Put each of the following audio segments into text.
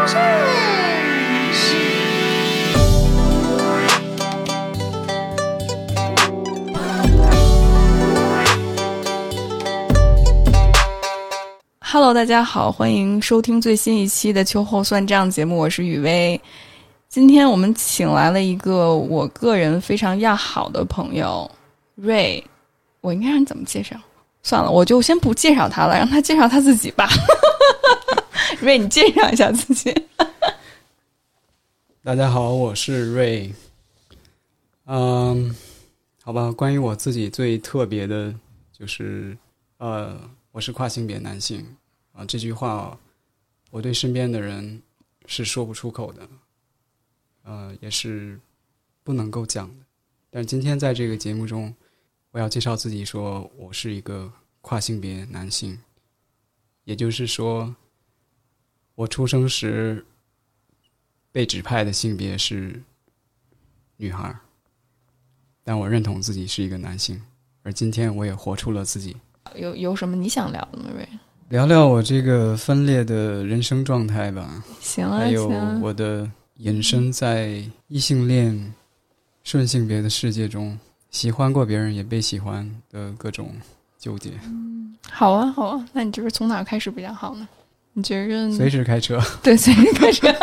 Hello， 大家好，欢迎收听最新一期的秋后算账节目，我是雨薇。今天我们请来了一个我个人非常要好的朋友瑞，我应该让你怎么介绍？算了，我就先不介绍他了，让他介绍他自己吧。瑞，你介绍一下自己。 大家好，我是瑞。好吧，关于我自己最特别的就是我是跨性别男性这句话我对身边的人是说不出口的，也是不能够讲的。但是今天在这个节目中，我要介绍自己，说我是一个跨性别男性，也就是说，我出生时被指派的性别是女孩，但我认同自己是一个男性，而今天我也活出了自己。 有什么你想聊的吗，瑞？ 聊聊我这个分裂的人生状态吧。 行啊， 还有我的隐身在异性恋顺性别的世界中，喜欢过别人也被喜欢的各种纠结。 好啊，好啊，那你就是从哪开始比较好呢？你觉着随时开车？ 对，随时开车。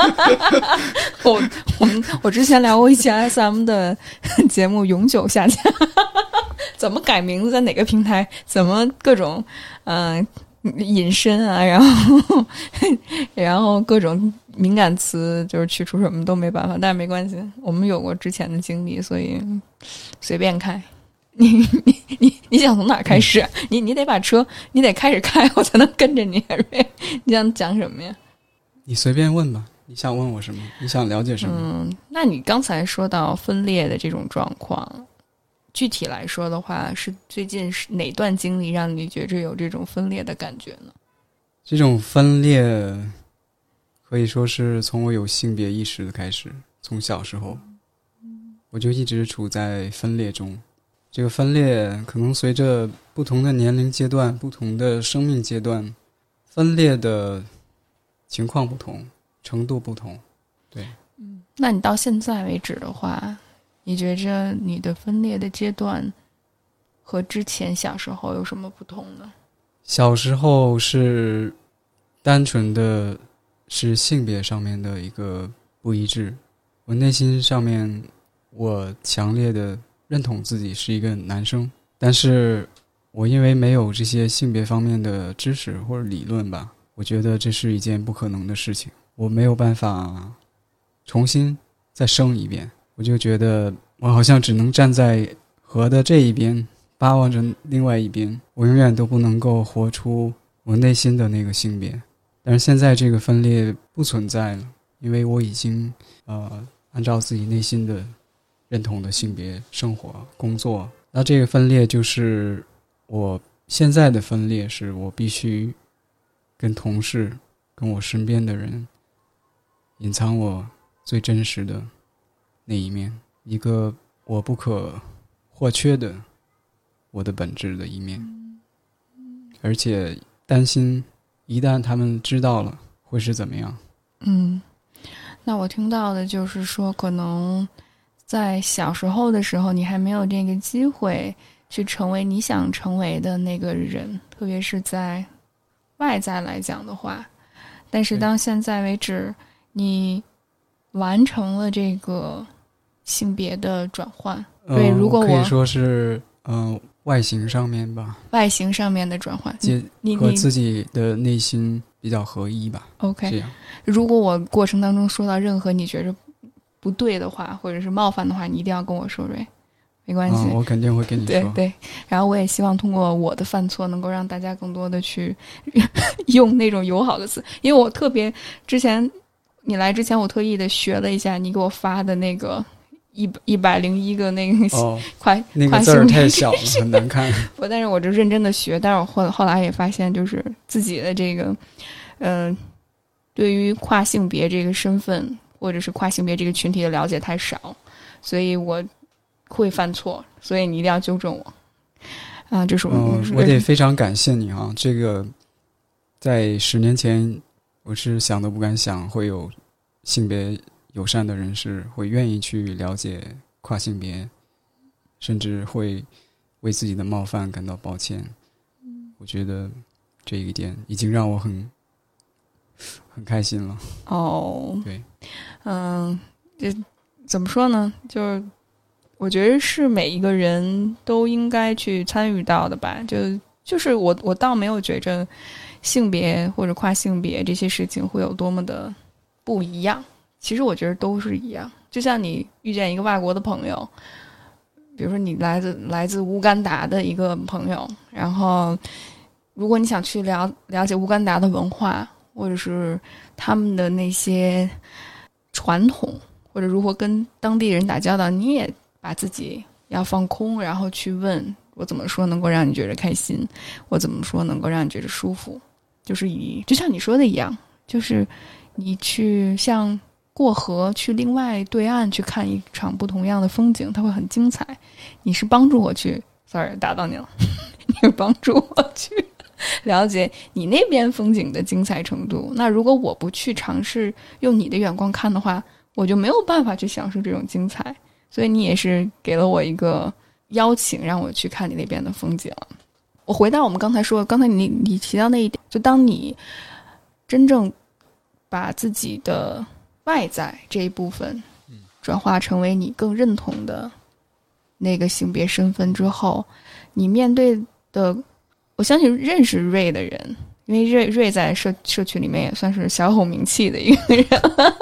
我之前聊过一期 SM 的节目，永久下架。怎么改名字，在哪个平台，怎么各种隐身啊，然后各种敏感词就是去除什么都没办法，但是没关系，我们有过之前的经历，所以随便开。你想从哪儿开始？你得把车，你得开始开，我才能跟着你。你想讲什么呀？ 你随便问吧，你想问我什么？你想了解什么？ 那你刚才说到分裂的这种状况，具体来说的话，是最近是哪段经历让你觉着有这种分裂的感觉呢？ 这种分裂可以说是从我有性别意识的开始，从小时候我就一直处在分裂中。这个分裂可能随着不同的年龄阶段、不同的生命阶段，分裂的情况不同，程度不同。对， 那你到现在为止的话，你觉着你的分裂的阶段和之前小时候有什么不同呢？ 小时候是单纯的是性别上面的一个不一致，我内心上面我强烈的认同自己是一个男生，但是我因为没有这些性别方面的知识或者理论吧，我觉得这是一件不可能的事情，我没有办法重新再生一遍，我就觉得我好像只能站在河的这一边，巴望着另外一边，我永远都不能够活出我内心的那个性别。但是现在这个分裂不存在了，因为我已经按照自己内心的认同的性别生活工作。那这个分裂就是我现在的分裂，是我必须跟同事跟我身边的人隐藏我最真实的那一面，一个我不可或缺的我的本质的一面，而且担心一旦他们知道了会是怎么样。 那我听到的就是说，可能在小时候的时候你还没有这个机会去成为你想成为的那个人，特别是在外在来讲的话，但是当现在为止你完成了这个性别的转换。对，如果可以说是外形上面吧， 外形上面的转换，你和自己的内心比较合一吧。 OK， 这样如果我过程当中说到任何你觉着不对的话或者是冒犯的话，你一定要跟我说，瑞，没关系， 我肯定会跟你说。 对，然后我也希望通过我的犯错能够让大家更多的去用那种友好的词，因为我特别之前你来之前我特意的学了一下你给我发的那个101个那个那个字儿太小了，很难看。 但是我就认真的学，但是我后来也发现，就是自己的这个，对于跨性别这个身份或者是跨性别这个群体的了解太少，所以我会犯错，所以你一定要纠正我。这是我得非常感谢你啊！这个在10年前我是想都不敢想会有性别友善的人士会愿意去了解跨性别，甚至会为自己的冒犯感到抱歉。我觉得这一点已经让我很开心了。 对， 这怎么说呢？我觉得是每一个人都应该去参与到的吧。就是我倒没有觉着性别或者跨性别这些事情会有多么的不一样。其实我觉得都是一样。就像你遇见一个外国的朋友，比如说你来自乌干达的一个朋友，然后如果你想去了解乌干达的文化，或者是他们的那些传统，或者如何跟当地人打交道，你也把自己要放空，然后去问我怎么说能够让你觉得开心，我怎么说能够让你觉得舒服。就像你说的一样，就是你去像过河去另外对岸去看一场不同样的风景，它会很精彩。你是帮助我去 sorry 打到你了你是帮助我去了解你那边风景的精彩程度。那如果我不去尝试用你的眼光看的话，我就没有办法去享受这种精彩。所以你也是给了我一个邀请，让我去看你那边的风景。我回到我们刚才你提到那一点，就当你真正把自己的外在这一部分转化成为你更认同的那个性别身份之后，你面对的，我相信认识瑞的人，因为瑞在社区里面也算是小有名气的一个人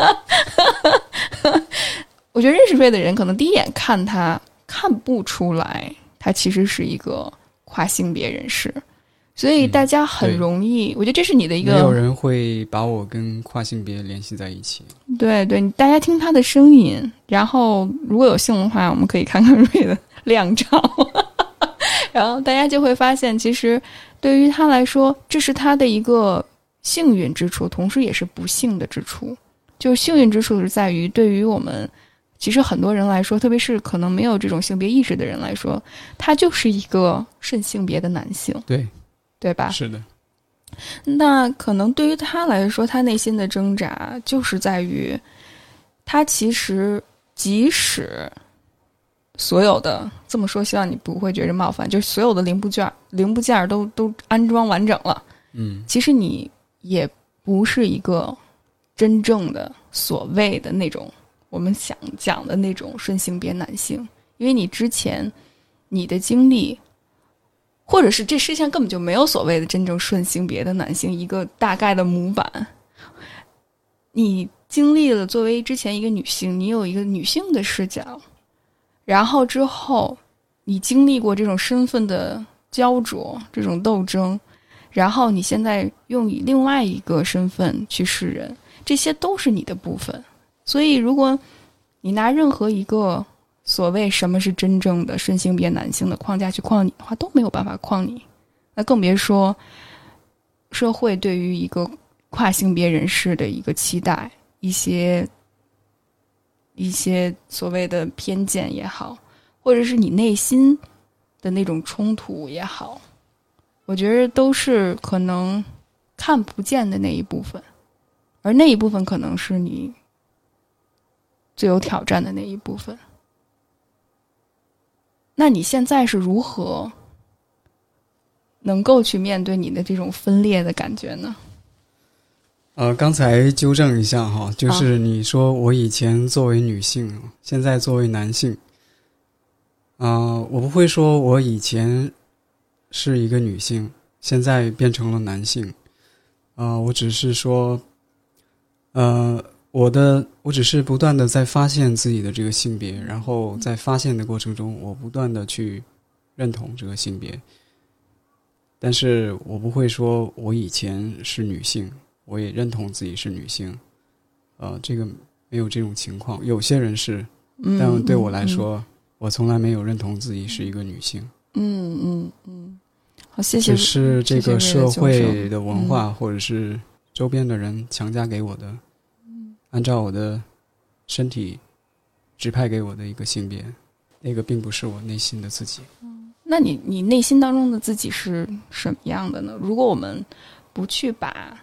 我觉得认识瑞的人可能第一眼看他看不出来他其实是一个跨性别人士，所以大家很容易，我觉得这是你的一个， 没有人会把我跟跨性别联系在一起。 对对，大家听他的声音，然后如果有幸的话，我们可以看看瑞的亮照然后大家就会发现，其实对于他来说，这是他的一个幸运之处，同时也是不幸的之处。就是幸运之处是在于，对于我们其实很多人来说，特别是可能没有这种性别意识的人来说，他就是一个顺性别的男性，对吧？ 是的。 那可能对于他来说，他内心的挣扎就是在于，他其实即使所有的这么说，希望你不会觉得冒犯，就是所有的零部件都安装完整了，其实你也不是一个真正的所谓的那种我们想讲的那种顺性别男性，因为你之前你的经历，或者是这世界上根本就没有所谓的真正顺性别的男性，一个大概的模板。你经历了作为之前一个女性，你有一个女性的视角，然后之后你经历过这种身份的焦灼，这种斗争，然后你现在用以另外一个身份去示人，这些都是你的部分。所以如果你拿任何一个所谓什么是真正的顺性别男性的框架去框你的话，都没有办法框你。那更别说社会对于一个跨性别人士的一个期待，一些所谓的偏见也好，或者是你内心的那种冲突也好，我觉得都是可能看不见的那一部分，而那一部分可能是你最有挑战的那一部分。那你现在是如何能够去面对你的这种分裂的感觉呢？ 刚才纠正一下哈，就是你说我以前作为女性，现在作为男性，我不会说我以前是一个女性，现在变成了男性，我只是说，我只是不断的在发现自己的这个性别，然后在发现的过程中，我不断的去认同这个性别，但是我不会说我以前是女性，我也认同自己是女性，这个没有这种情况。有些人是，但对我来说，我从来没有认同自己是一个女性。 好，谢谢。 只是这个社会的文化或者是周边的人强加给我的，按照我的身体指派给我的一个性别，那个并不是我内心的自己。 那你内心当中的自己是什么样的呢？如果我们不去把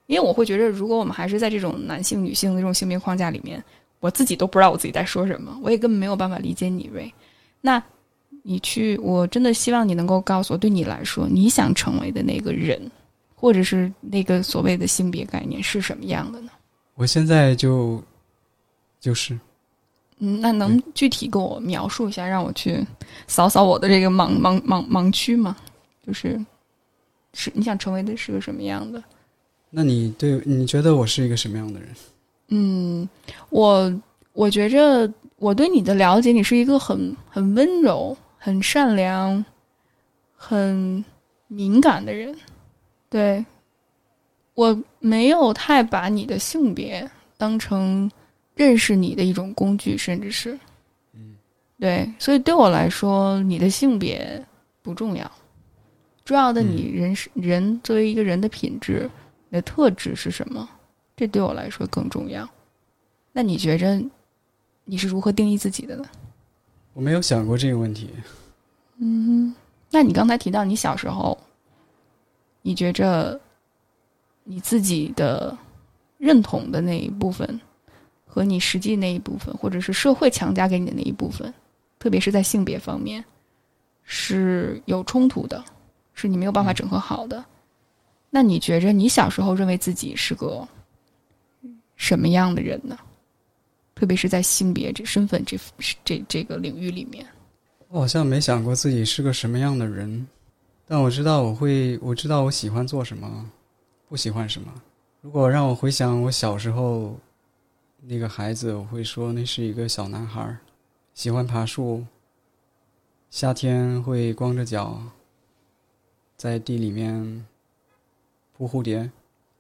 因为我会觉得，如果我们还是在这种男性女性的这种性别框架里面，我自己都不知道我自己在说什么，我也根本没有办法理解你瑞。那我真的希望你能够告诉我，对你来说你想成为的那个人，或者是那个所谓的性别概念是什么样的呢？ 我现在就是那能具体跟我描述一下，让我去扫扫我的这个盲区吗？就是你想成为的是个什么样的？ 那你觉得我是一个什么样的人？ 我觉着我对你的了解，你是一个很温柔、很善良、很敏感的人。对，我没有太把你的性别当成认识你的一种工具，甚至是，对，所以对我来说，你的性别不重要，重要的你人作为一个人的品质，你的特质是什么，这对我来说更重要。那你觉着你是如何定义自己的呢？ 我没有想过这个问题。 那你刚才提到你小时候，你觉着你自己的认同的那一部分和你实际那一部分，或者是社会强加给你的那一部分，特别是在性别方面是有冲突的，是你没有办法整合好的。那你觉着你小时候认为自己是个什么样的人呢？特别是在性别身份这个领域里面。 我好像没想过自己是个什么样的人，但我知道我喜欢做什么，不喜欢什么。如果让我回想我小时候那个孩子，我会说那是一个小男孩，喜欢爬树，夏天会光着脚在地里面扑蝴蝶，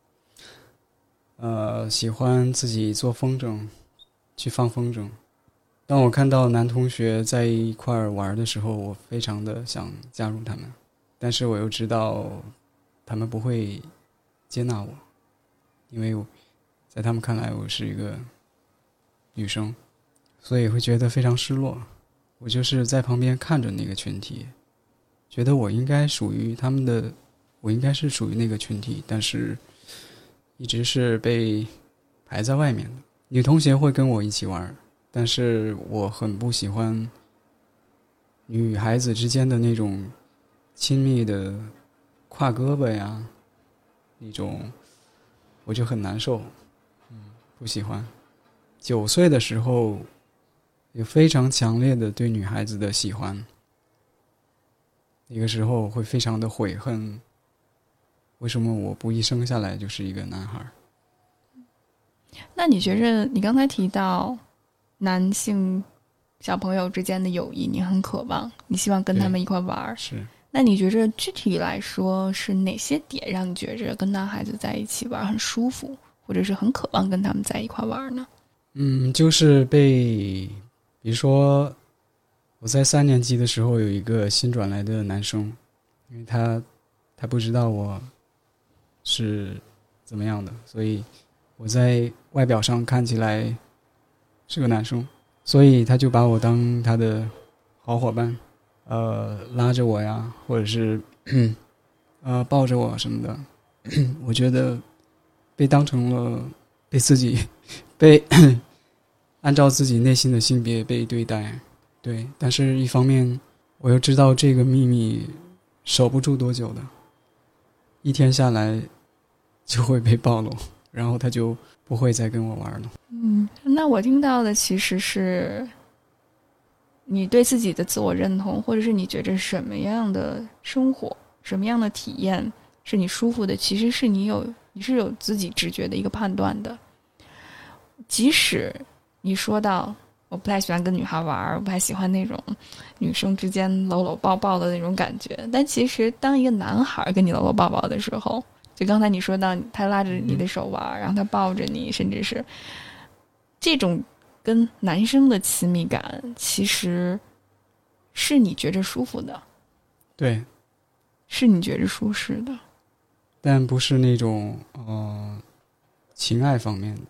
喜欢自己做风筝，去放风筝。当我看到男同学在一块玩的时候，我非常的想加入他们，但是我又知道他们不会接纳我，因为在他们看来我是一个女生，所以会觉得非常失落。我就是在旁边看着那个群体，觉得我应该属于他们的，我应该是属于那个群体，但是一直是被排在外面的。女同学会跟我一起玩，但是我很不喜欢女孩子之间的那种亲密的挎胳膊呀，那种我就很难受，不喜欢。9岁的时候有非常强烈的对女孩子的喜欢，那个时候会非常的悔恨，为什么我不一生下来就是一个男孩。 那你觉着你刚才提到男性小朋友之间的友谊你很渴望，你希望跟他们一块玩， 是。 那你觉着具体来说是哪些点让你觉着跟男孩子在一起玩很舒服，或者是很渴望跟他们在一块玩呢？ 就是比如说我在3年级的时候有一个新转来的男生，因为他不知道我是怎么样的，所以我在外表上看起来是个男生，所以他就把我当他的好伙伴，拉着我呀，或者是抱着我什么的。我觉得被当成了被按照自己内心的性别被对待，对，但是一方面我又知道这个秘密守不住多久的，一天下来就会被暴露，然后他就不会再跟我玩了。 那我听到的其实是你对自己的自我认同，或者是你觉着什么样的生活，什么样的体验是你舒服的，其实是你是有自己直觉的一个判断的。即使你说到我不太喜欢跟女孩玩，我不太喜欢那种女生之间搂搂抱抱的那种感觉，但其实当一个男孩跟你搂搂抱抱的时候，就刚才你说到他拉着你的手玩，然后他抱着你，甚至是这种跟男生的亲密感，其实是你觉着舒服的， 对， 是你觉着舒适的， 但不是那种情爱方面的。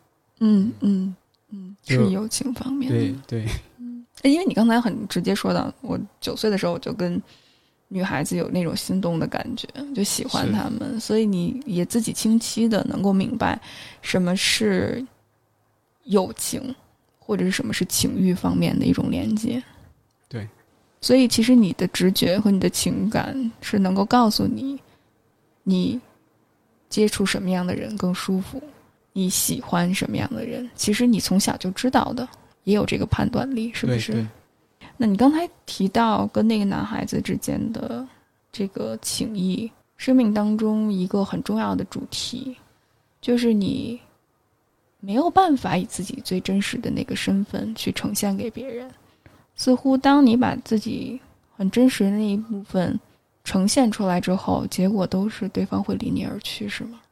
是友情方面的。 对， 因为你刚才很直接说到，我9岁的时候我就跟女孩子有那种心动的感觉，就喜欢她们，所以你也自己清晰的能够明白什么是友情，或者是什么是情欲方面的一种连接。 对， 所以其实你的直觉和你的情感是能够告诉你，你接触什么样的人更舒服，你喜欢什么样的人，其实你从小就知道的，也有这个判断力，是不是？ 对对。 那你刚才提到跟那个男孩子之间的这个情谊，生命当中一个很重要的主题，就是你没有办法以自己最真实的那个身份去呈现给别人。似乎当你把自己很真实的那一部分呈现出来之后，结果都是对方会离你而去，是吗？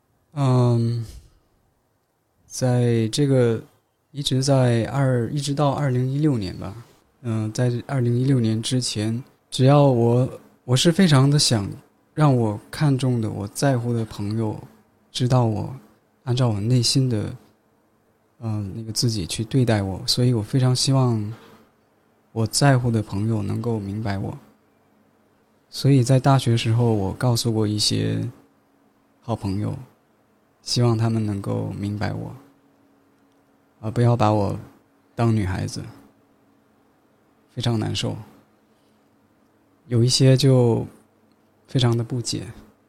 在这个一直到2016年吧。在2016年之前，只要我是非常的想让我看重的、我在乎的朋友知道我，按照我内心的那个自己去对待我，所以我非常希望我在乎的朋友能够明白我。所以在大学时候，我告诉过一些好朋友，希望他们能够明白我，不要把我当女孩子。非常难受，有一些就非常的不解，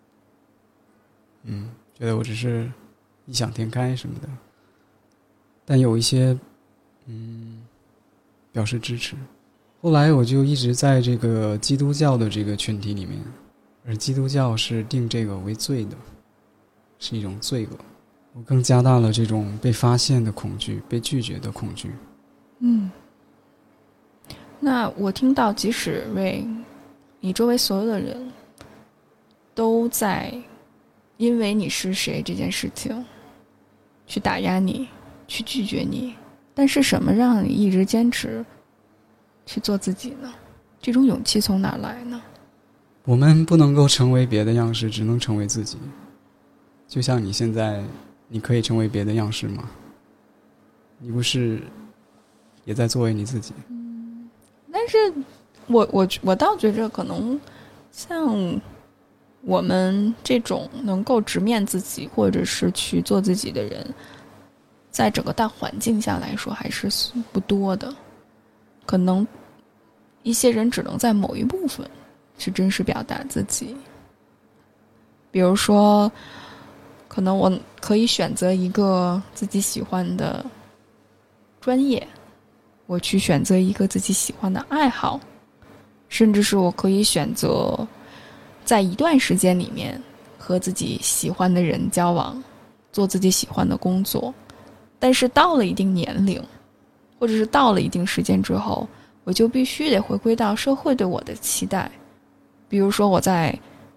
觉得我只是异想天开什么的，但有一些表示支持。后来我就一直在这个基督教的这个群体里面，而基督教是定这个为罪的，是一种罪恶，我更加大了这种被发现的恐惧，被拒绝的恐惧。 那我听到，即使Ray，你周围所有的人都在因为你是谁这件事情去打压你，去拒绝你，但是什么让你一直坚持去做自己呢？这种勇气从哪来呢？ 我们不能够成为别的样式，只能成为自己。就像你现在，你可以成为别的样式吗？你不是也在作为你自己？ 但是我倒觉着，可能像我们这种能够直面自己或者是去做自己的人，在整个大环境下来说还是不多的。可能一些人只能在某一部分去真实表达自己。比如说，可能我可以选择一个自己喜欢的专业，我去选择一个自己喜欢的爱好，甚至是我可以选择在一段时间里面和自己喜欢的人交往，做自己喜欢的工作。但是到了一定年龄，或者是到了一定时间之后，我就必须得回归到社会对我的期待。比如说我在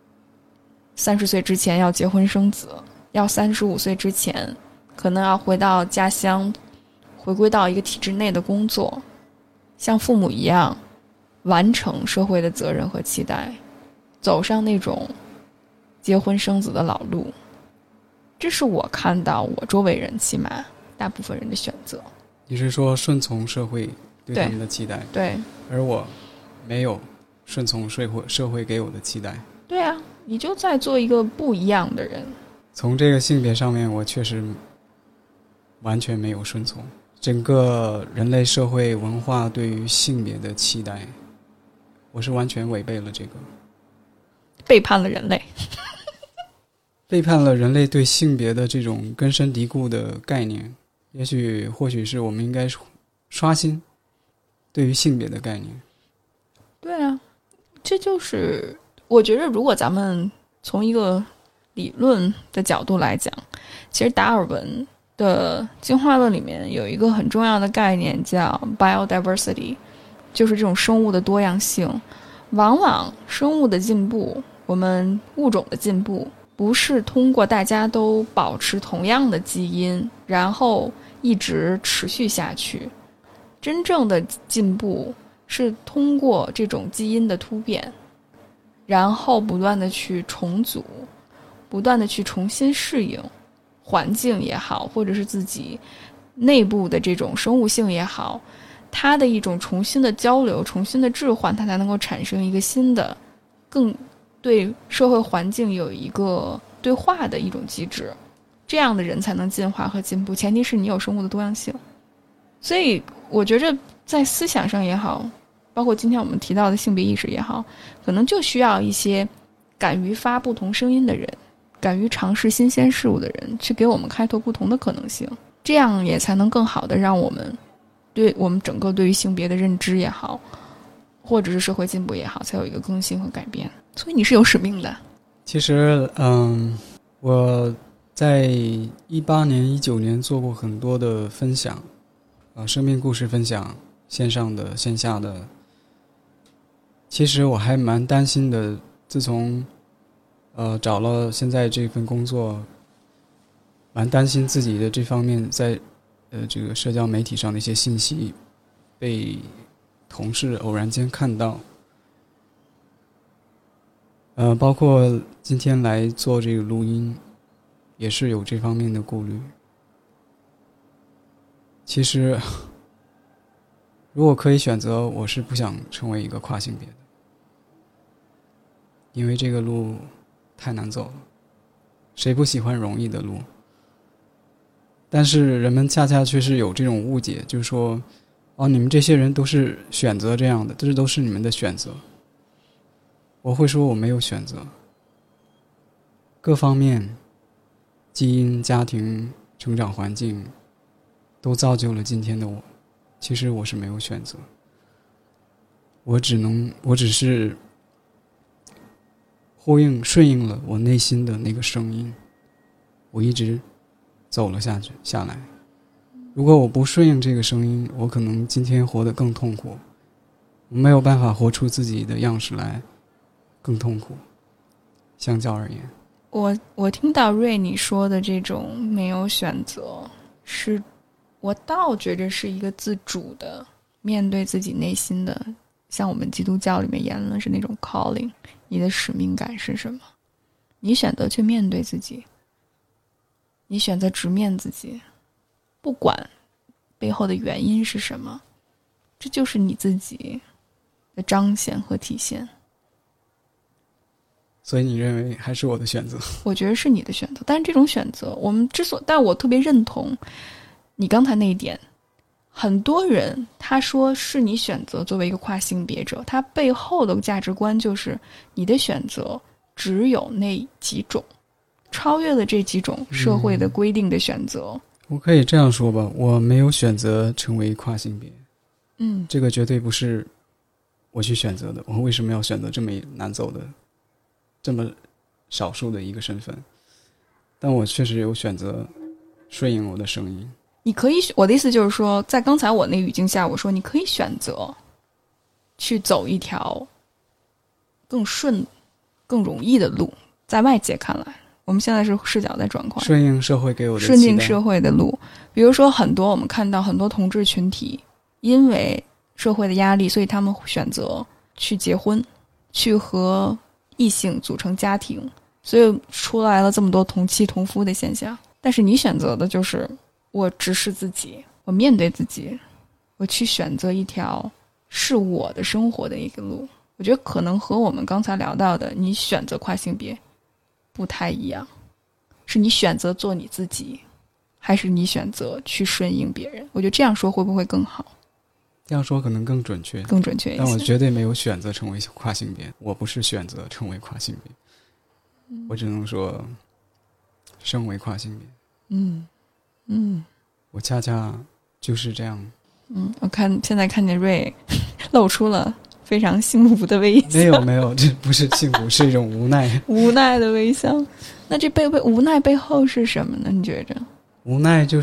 30岁之前要结婚生子，要35岁之前可能要回到家乡，回归到一个体制内的工作，像父母一样完成社会的责任和期待，走上那种结婚生子的老路。这是我看到我周围人起码大部分人的选择。 你是说顺从社会对他们的期待？ 对， 而我没有顺从社会给我的期待。 对啊，你就在做一个不一样的人。 从这个性别上面，我确实完全没有顺从整个人类社会文化对于性别的期待，我是完全违背了这个， 背叛了人类背叛了人类对性别的这种根深蒂固的概念。或许是我们应该刷新对于性别的概念。 对啊，这就是我觉得，如果咱们从一个理论的角度来讲，其实达尔文的进化论里面有一个很重要的概念叫 biodiversity， 就是这种生物的多样性。往往生物的进步，我们物种的进步，不是通过大家都保持同样的基因然后一直持续下去，真正的进步是通过这种基因的突变，然后不断的去重组，不断的去重新适应环境也好，或者是自己内部的这种生物性也好，它的一种重新的交流，重新的置换，它才能够产生一个新的更对社会环境有一个对话的一种机制，这样的人才能进化和进步，前提是你有生物的多样性。所以我觉着在思想上也好，包括今天我们提到的性别意识也好，可能就需要一些敢于发不同声音的人，敢于尝试新鲜事物的人，去给我们开拓不同的可能性，这样也才能更好的让我们对我们整个对于性别的认知也好，或者是社会进步也好，才有一个更新和改变。所以你是有使命的。 其实我在18年19年做过很多的分享，生命故事分享，线上的线下的。其实我还蛮担心的，自从找了现在这份工作，蛮担心自己的这方面在这个社交媒体上的一些信息被同事偶然间看到，包括今天来做这个录音，也是有这方面的顾虑。其实如果可以选择，我是不想成为一个跨性别的，因为这个路太难走了，谁不喜欢容易的路？但是人们恰恰却是有这种误解，就是说，你们这些人都是选择这样的，这都是你们的选择。我会说我没有选择，各方面，基因、家庭、成长环境，都造就了今天的我。其实我是没有选择，我只是顺应了我内心的那个声音，我一直走了下来。如果我不顺应这个声音，我可能今天活得更痛苦，我没有办法活出自己的样式来，更痛苦。相较而言， 我听到瑞你说的这种没有选择，是我倒觉着是一个自主的面对自己内心的，像我们基督教里面言论是那种 calling， 你的使命感是什么？你选择去面对自己，你选择直面自己，不管背后的原因是什么，这就是你自己的彰显和体现。 所以你认为还是我的选择？ 我觉得是你的选择，但是这种选择我们但我特别认同你刚才那一点，很多人他说是你选择作为一个跨性别者，他背后的价值观就是你的选择只有那几种，超越了这几种社会的规定的选择。 我可以这样说吧，我没有选择成为跨性别，这个绝对不是我去选择的。我为什么要选择这么难走的这么少数的一个身份？但我确实有选择顺应我的声音。 你可以，我的意思就是说，在刚才我那语境下，我说你可以选择去走一条更顺、更容易的路。在外界看来，我们现在是视角在转换， 顺应社会给我的期待， 顺应社会的路。比如说，我们看到很多同志群体，因为社会的压力，所以他们选择去结婚，去和异性组成家庭，所以出来了这么多同妻同夫的现象。但是你选择的就是我直视自己，我面对自己，我去选择一条是我的生活的一个路。我觉得可能和我们刚才聊到的你选择跨性别不太一样，是你选择做你自己，还是你选择去顺应别人？我觉得这样说会不会更好？ 这样说可能更准确， 更准确一些。 但我绝对没有选择成为跨性别，我不是选择成为跨性别，我只能说身为跨性别。我恰恰就是这样。 我现在看见瑞露出了非常幸福的微笑。 没有，这不是幸福，是一种无奈。 无奈的微笑。那这无奈背后是什么呢？你觉着？ 无奈就是，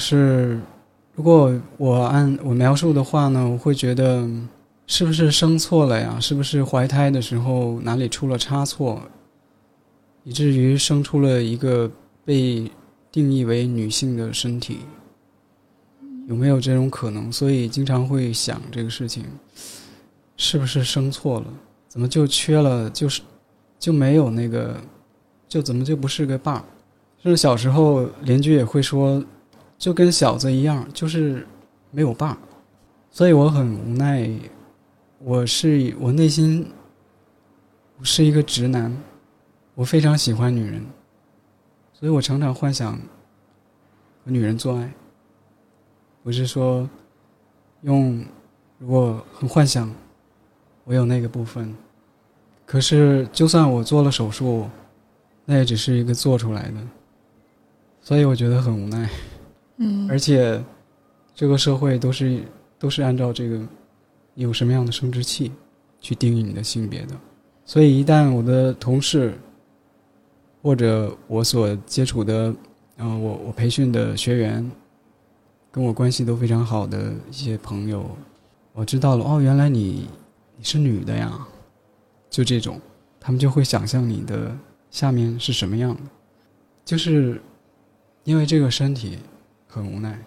如果我按我描述的话呢，我会觉得是不是生错了呀？是不是怀胎的时候哪里出了差错，以至于生出了一个被定义为女性的身体？有没有这种可能？所以经常会想这个事情，是不是生错了？怎么就缺了？就没有那个，就怎么就不是个爸？就是小时候邻居也会说，就跟小子一样，就是没有爸。所以我很无奈，我内心我是一个直男，我非常喜欢女人，所以我常常幻想和女人做爱。不是说如果很幻想我有那个部分，可是就算我做了手术，那也只是一个做出来的，所以我觉得很无奈。而且这个社会都是按照这个你有什么样的生殖器去定义你的性别的，所以一旦我的同事或者我所接触的我培训的学员跟我关系都非常好的一些朋友，我知道了原来你是女的呀，就这种他们就会想象你的下面是什么样的，就是因为这个身体很无奈。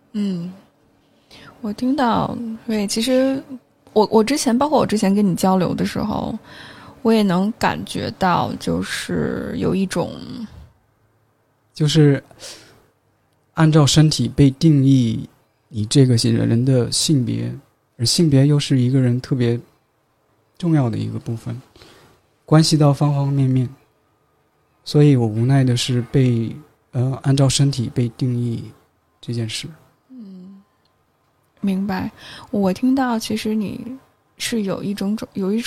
我听到，对，其实我之前包括我之前跟你交流的时候，我也能感觉到，就是有一种， 就是按照身体被定义你这个人的性别，而性别又是一个人特别重要的一个部分，关系到方方面面，所以我无奈的是被按照身体被定义这件事。 明白。我听到其实你是有一种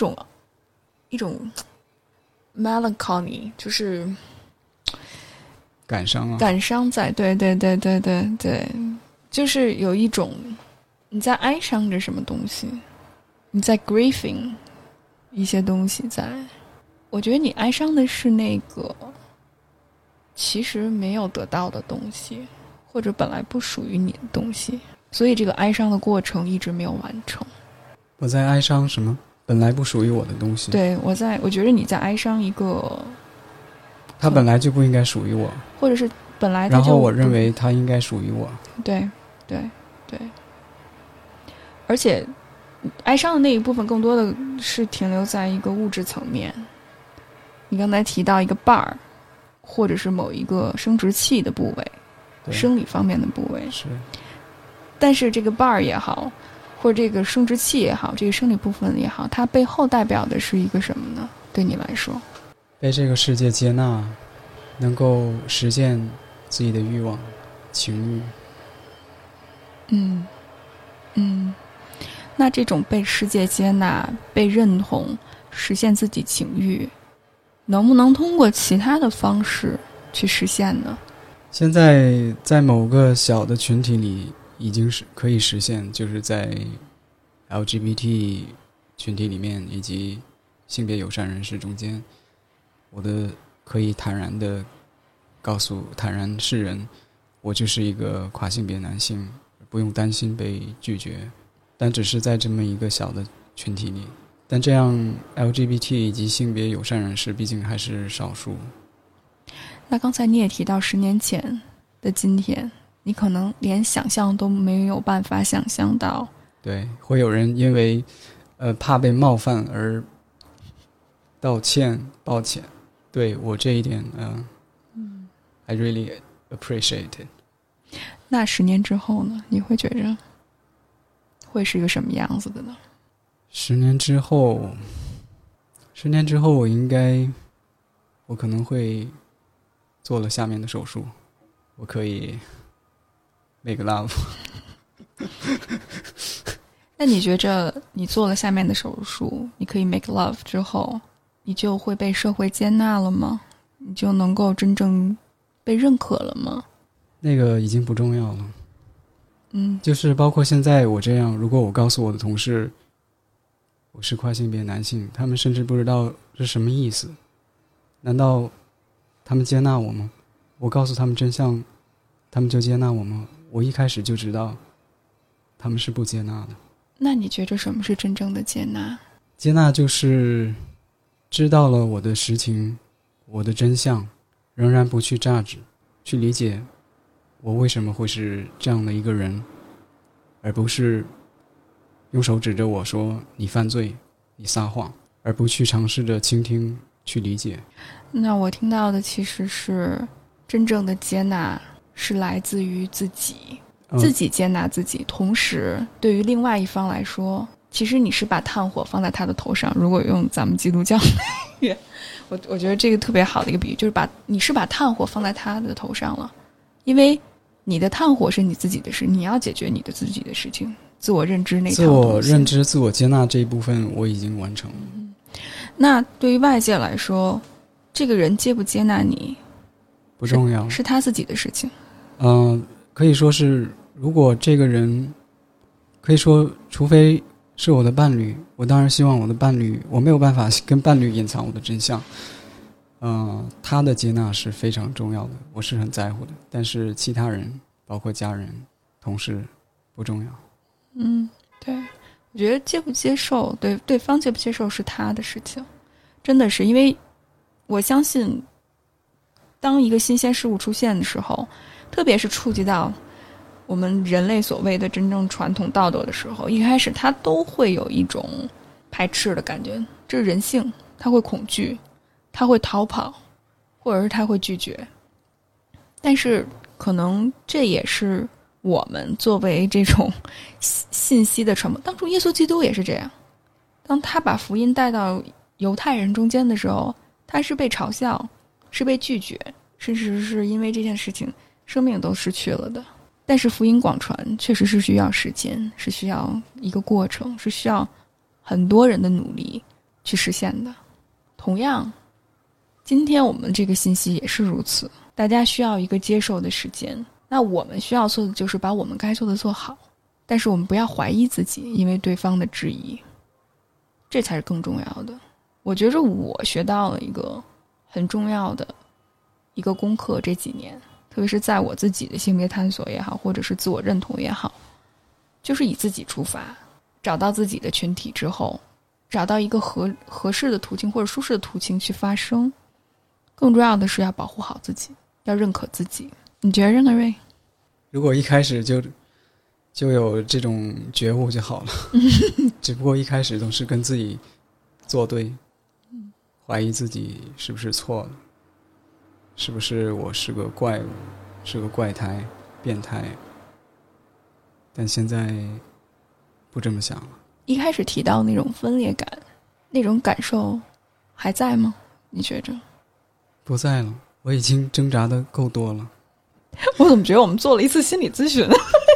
melancholy， 就是感伤啊， 感伤在，对，就是有一种你在哀伤着什么东西，你在 grieving 一些东西在。我觉得你哀伤的是那个其实没有得到的东西，或者本来不属于你的东西，所以这个哀伤的过程一直没有完成。 我在哀伤什么？本来不属于我的东西。 对，我觉得你在哀伤一个， 它本来就不应该属于我， 或者是本来它就， 然后我认为它应该属于我。 对，而且哀伤的那一部分更多的是停留在一个物质层面。你刚才提到一个瓣儿，或者是某一个生殖器的部位，生理方面的部位是， 但是这个瓣儿也好，或者这个生殖器也好，这个生理部分也好，它背后代表的是一个什么呢？对你来说， 被这个世界接纳，能够实现自己的欲望、情欲。 那这种被世界接纳、被认同、实现自己情欲，能不能通过其他的方式去实现呢？ 现在在某个小的群体里已经是可以实现，就是在 LGBT 群体里面以及性别友善人士中间，我可以坦然的坦然示人，我就是一个跨性别男性，不用担心被拒绝。但只是在这么一个小的群体里，但这样 LGBT 以及性别友善人士毕竟还是少数。 那刚才你也提到10年前的今天，你可能连想象都没有办法想象到。 对，会有人因为怕被冒犯而道歉抱歉，对我这一点I really appreciate it。 那10年之后呢？你会觉着会是一个什么样子的呢 ？10年之后我可能会做了下面的手术，我可以 make love。 那你觉着你做了下面的手术，你可以 make love 之后，你就会被社会接纳了吗？你就能够真正被认可了吗？ 那个已经不重要了。就是包括现在我这样，如果我告诉我的同事我是跨性别男性，他们甚至不知道是什么意思。难道他们接纳我吗？我告诉他们真相，他们就接纳我吗？我一开始就知道他们是不接纳的。 那你觉着什么是真正的接纳？ 接纳就是知道了我的实情，我的真相，仍然不去榨汁，去理解我为什么会是这样的一个人，而不是用手指着我说你犯罪，你撒谎，而不去尝试着倾听去理解。 那我听到的其实是真正的接纳是来自于自己，自己接纳自己，同时对于另外一方来说其实你是把炭火放在他的头上。如果用咱们基督教的我觉得这个特别好的一个比喻，就是你是把炭火放在他的头上了，因为你的炭火是你自己的事，你要解决你的自己的事情，自我认知那套东西。 自我认知、自我接纳这一部分我已经完成了。 那对于外界来说，这个人接不接纳你不重要， 是他自己的事情。 可以说是，如果这个人，可以说，除非是我的伴侣，我当然希望我的伴侣，我没有办法跟伴侣隐藏我的真相。他的接纳是非常重要的，我是很在乎的。但是其他人，包括家人、同事，不重要。 对，我觉得接不接受，对方接不接受是他的事情，真的是，因为我相信，当一个新鲜事物出现的时候，特别是触及到我们人类所谓的真正传统道德的时候，一开始他都会有一种排斥的感觉，这是人性，他会恐惧，他会逃跑，或者是他会拒绝。但是可能这也是我们作为这种信息的传播，当初耶稣基督也是这样，当他把福音带到犹太人中间的时候，他是被嘲笑，是被拒绝，甚至是因为这件事情生命都失去了的。但是福音广传确实是需要时间，是需要一个过程，是需要很多人的努力去实现的。同样，今天我们这个信息也是如此，大家需要一个接受的时间。那我们需要做的就是把我们该做的做好，但是我们不要怀疑自己，因为对方的质疑，这才是更重要的。我觉着我学到了一个很重要的一个功课，这几年特别是在我自己的性别探索也好，或者是自我认同也好，就是以自己出发，找到自己的群体之后，找到一个合适的途径或者舒适的途径去发声。更重要的是要保护好自己，要认可自己。你觉得呢，瑞？ 如果一开始就有这种觉悟就好了只不过一开始都是跟自己作对，怀疑自己是不是错了，是不是我是个怪物，是个怪胎、变态。但现在不这么想了。 一开始提到那种分裂感，那种感受还在吗？你觉着？ 不在了，我已经挣扎的够多了。 我怎么觉得我们做了一次心理咨询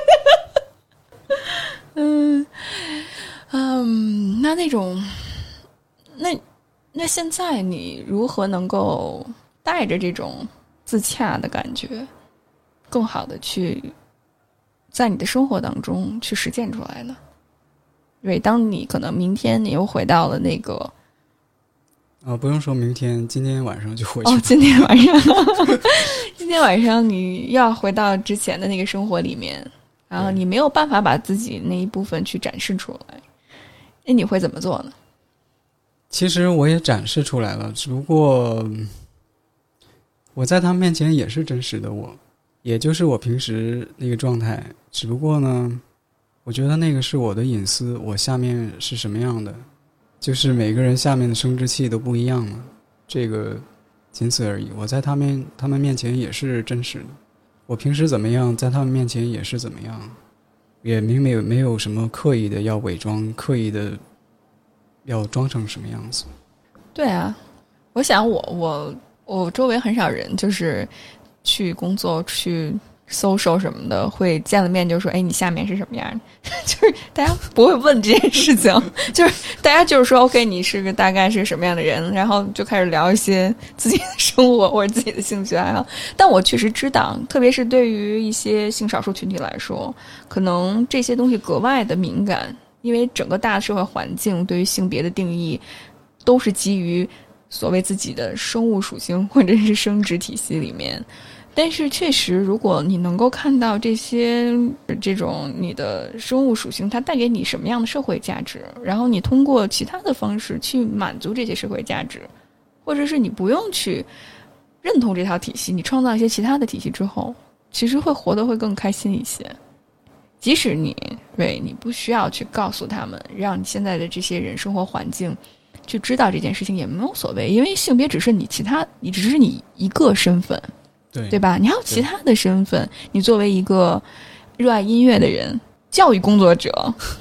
那种那现在你如何能够带着这种自洽的感觉，更好的去在你的生活当中去实践出来呢？对，当你可能明天你又回到了那个不用说明天，今天晚上就回去。 今天晚上今天晚上你要回到之前的那个生活里面，然后你没有办法把自己那一部分去展示出来，那你会怎么做呢？ 其实我也展示出来了，只不过我在他们面前也是真实的我，也就是我平时那个状态，只不过呢，我觉得那个是我的隐私，我下面是什么样的，就是每个人下面的生殖器都不一样嘛，这个仅此而已。我在他们面前也是真实的，我平时怎么样，在他们面前也是怎么样，也没有什么刻意的要伪装，刻意的要装成什么样子。 对啊，我想我周围很少人就是去工作去social 什么的，会见了面就说哎你下面是什么样的就是大家不会问这件事情就是大家就是说 OK 你是个大概是什么样的人，然后就开始聊一些自己的生活或者自己的兴趣爱好。但我确实知道，特别是对于一些性少数群体来说，可能这些东西格外的敏感，因为整个大社会环境对于性别的定义都是基于所谓自己的生物属性或者是生殖体系里面。但是确实如果你能够看到这种你的生物属性它带给你什么样的社会价值，然后你通过其他的方式去满足这些社会价值，或者是你不用去认同这套体系，你创造一些其他的体系之后，其实会活得会更开心一些。即使你不需要去告诉他们，让你现在的这些人生活环境去知道这件事情也没有所谓，因为性别只是你只是你一个身份，对吧？你还有其他的身份，你作为一个热爱音乐的人、教育工作者，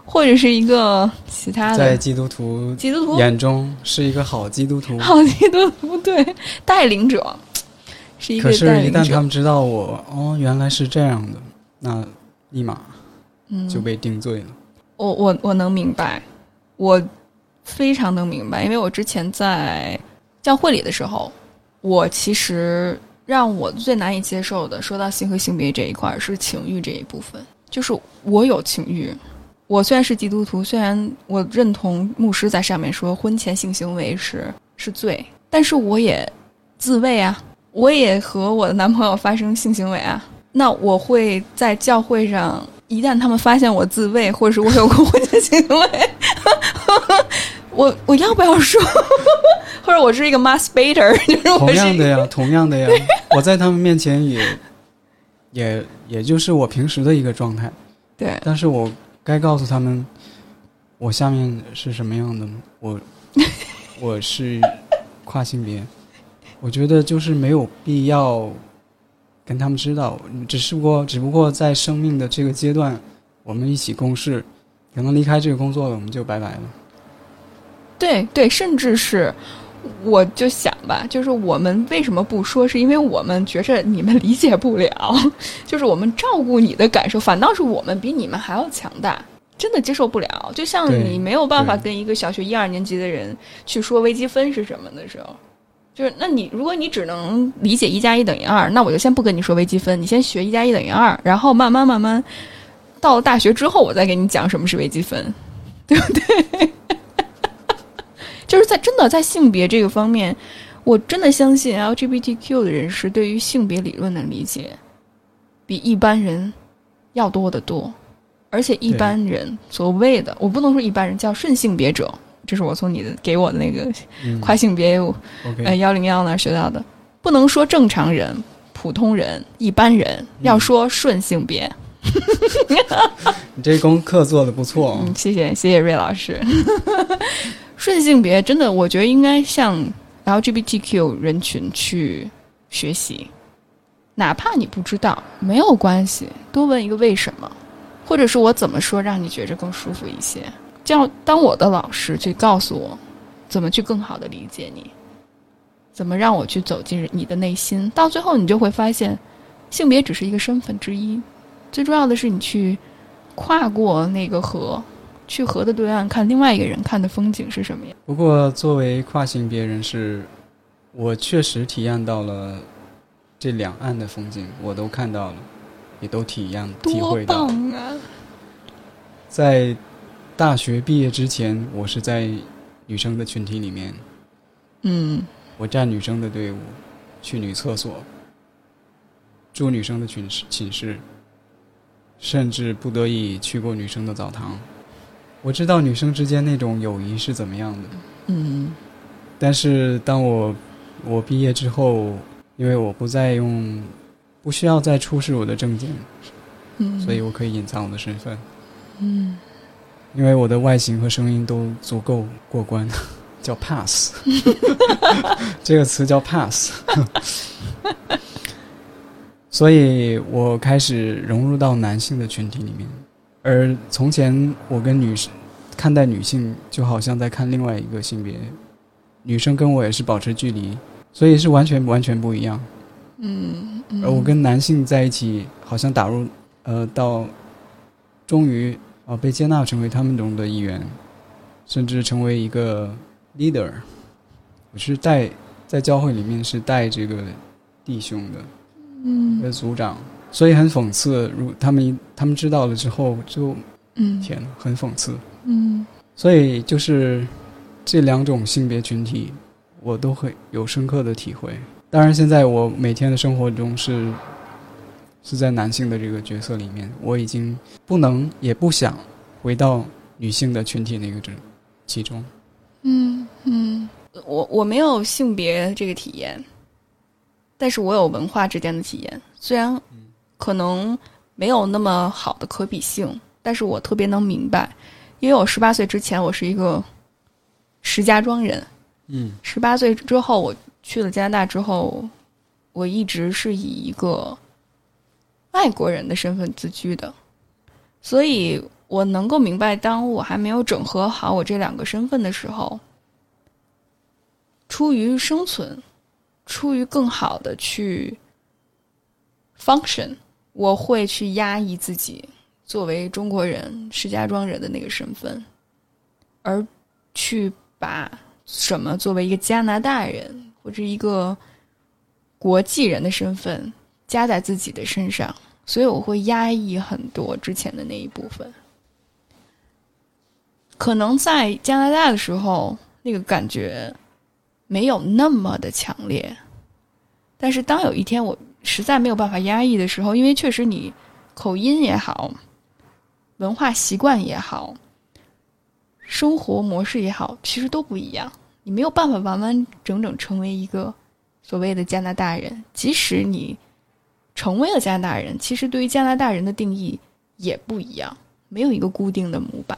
或者是一个其他的， 在基督徒眼中是一个好基督徒， 好基督徒，对，带领者是一个带领者。 可是，一旦他们知道我原来是这样的，那立马就被定罪了。 我能明白，我非常能明白，因为我之前在教会里的时候，我其实让我最难以接受的，说到性和性别这一块是情欲这一部分。就是我有情欲，我虽然是基督徒，虽然我认同牧师在上面说婚前性行为是罪，但是我也自慰啊，我也和我的男朋友发生性行为啊。那我会在教会上，一旦他们发现我自慰，或者是我有过婚前性行为我要不要说或者我是一个 masturbator， 就是我是同样的呀我在他们面前也就是我平时的一个状态， 对， 但是我该告诉他们我下面是什么样的，我是跨性别，我觉得就是没有必要跟他们知道，只不过在生命的这个阶段我们一起共事，可能离开这个工作了我们就拜拜了。 对对，甚至是我就想吧，就是我们为什么不说，是因为我们觉着你们理解不了，就是我们照顾你的感受，反倒是我们比你们还要强大，真的接受不了。就像你没有办法跟一个小学1、2年级的人去说微积分是什么的时候，就是那如果你只能理解1+1等于2，那我就先不跟你说微积分，你先学1+1等于2，然后慢慢到了大学之后，我再给你讲什么是微积分，对不对？就是真的在性别这个方面，我真的相信 LGBTQ 的人士对于性别理论的理解比一般人要多得多，而且一般人所谓的，我不能说一般人，叫顺性别者，这是我从你的给我的那个跨性别101那儿学到的，不能说正常人、普通人、一般人，要说顺性别。 你这功课做得不错谢谢瑞老师。顺性别真的，我觉得应该向 LGBTQ 人群去学习，哪怕你不知道没有关系，多问一个为什么，或者是我怎么说让你觉着更舒服一些，这样当我的老师去告诉我怎么去更好的理解你，怎么让我去走进你的内心，到最后你就会发现性别只是一个身份之一，最重要的是你去跨过那个河，去河的对岸看另外一个人看的风景是什么样。 不过作为跨性别人士，我确实体验到了这两岸的风景，我都看到了，也都体会到。多棒啊！ 在大学毕业之前，我是在女生的群体里面，我站女生的队伍，去女厕所，住女生的寝室，甚至不得已去过女生的澡堂。我知道女生之间那种友谊是怎么样的，但是当我毕业之后，因为我不需要再出示我的证件，所以我可以隐藏我的身份，因为我的外形和声音都足够过关，叫 pass 这个词叫 pass 所以我开始融入到男性的群体里面，而从前我跟看待女性就好像在看另外一个性别，女生跟我也是保持距离，所以是完全不一样。而我跟男性在一起，好像打入到终于被接纳成为他们中的一员，甚至成为一个 leader。我是在教会里面是带这个弟兄的，的组长，所以很讽刺。他们知道了之后就，天哪，很讽刺。所以就是这两种性别群体，我都会有深刻的体会。当然，现在我每天的生活中是在男性的这个角色里面，我已经不能也不想回到女性的群体那个其中。 我没有性别这个体验，但是我有文化之间的体验，虽然可能没有那么好的可比性，但是我特别能明白，因为我18岁之前我是一个石家庄人，18岁之后我去了加拿大之后，我一直是以一个外国人的身份自居的，所以我能够明白，当我还没有整合好我这两个身份的时候，出于生存，出于更好的去 function， 我会去压抑自己作为中国人石家庄人的那个身份，而去把什么作为一个加拿大人或者一个国际人的身份加在自己的身上，所以我会压抑很多之前的那一部分。可能在加拿大的时候，那个感觉没有那么的强烈，但是当有一天我实在没有办法压抑的时候，因为确实你口音也好，文化习惯也好，生活模式也好，其实都不一样，你没有办法完完整整成为一个所谓的加拿大人。即使你成为了加拿大人，其实对于加拿大人的定义也不一样，没有一个固定的模板。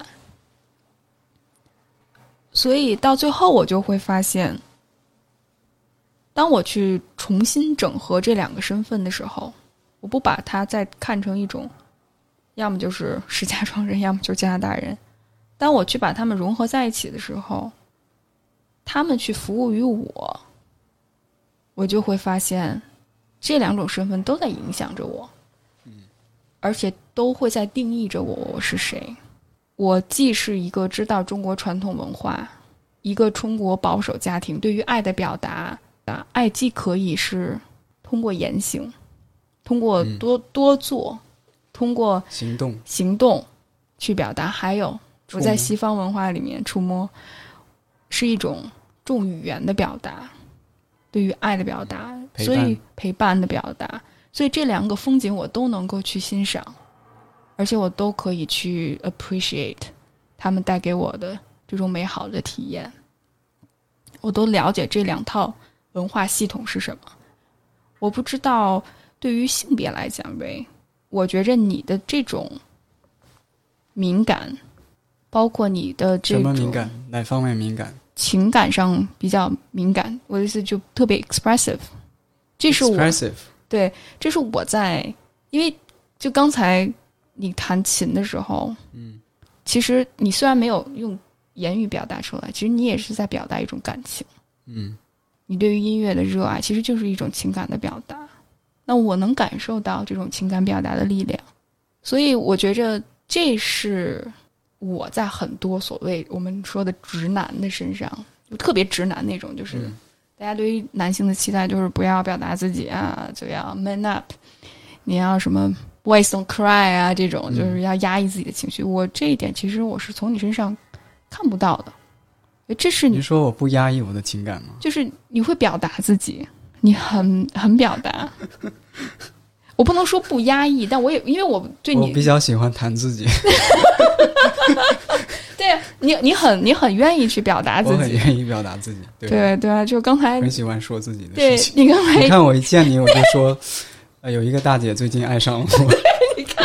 所以到最后我就会发现，当我去重新整合这两个身份的时候，我不把它再看成一种要么就是石家庄人，要么就是加拿大人。当我去把他们融合在一起的时候，他们去服务于我，我就会发现这两种身份都在影响着我，而且都会在定义着我是谁。我既是一个知道中国传统文化，一个中国保守家庭对于爱的表达，爱既可以是通过言行，通过多做，通过行动去表达，还有我在西方文化里面触摸是一种重语言的表达，对于爱的表达，所以陪伴的表达，所以这两个风景我都能够去欣赏，而且我都可以去 appreciate 他们带给我的这种美好的体验。我都了解这两套文化系统是什么。我不知道对于性别来讲，我觉着你的这种敏感，包括你的这种什么敏感？哪方面敏感？ 情感上比较敏感，我的意思就特别 expressive。这是我 expressive， 对，这是我在，因为就刚才你弹琴的时候，其实你虽然没有用言语表达出来，其实你也是在表达一种感情。你对于音乐的热爱其实就是一种情感的表达。那我能感受到这种情感表达的力量，所以我觉着这是我在很多所谓我们说的直男的身上，就特别直男那种，就是大家对于男性的期待就是不要表达自己啊，就要 man up， 你要什么 boys don't cry 啊，这种就是要压抑自己的情绪。我这一点其实我是从你身上看不到的。这是你说我不压抑我的情感吗？ 就是你会表达自己，你很表达。我不能说不压抑，但我也因为我对你我比较喜欢谈自己。 对你很愿意去表达自己， 我很愿意表达自己。 对对啊，就刚才很喜欢说自己的对事情。 你刚才你看我一见你我就说，有一个大姐最近爱上了我。 你看，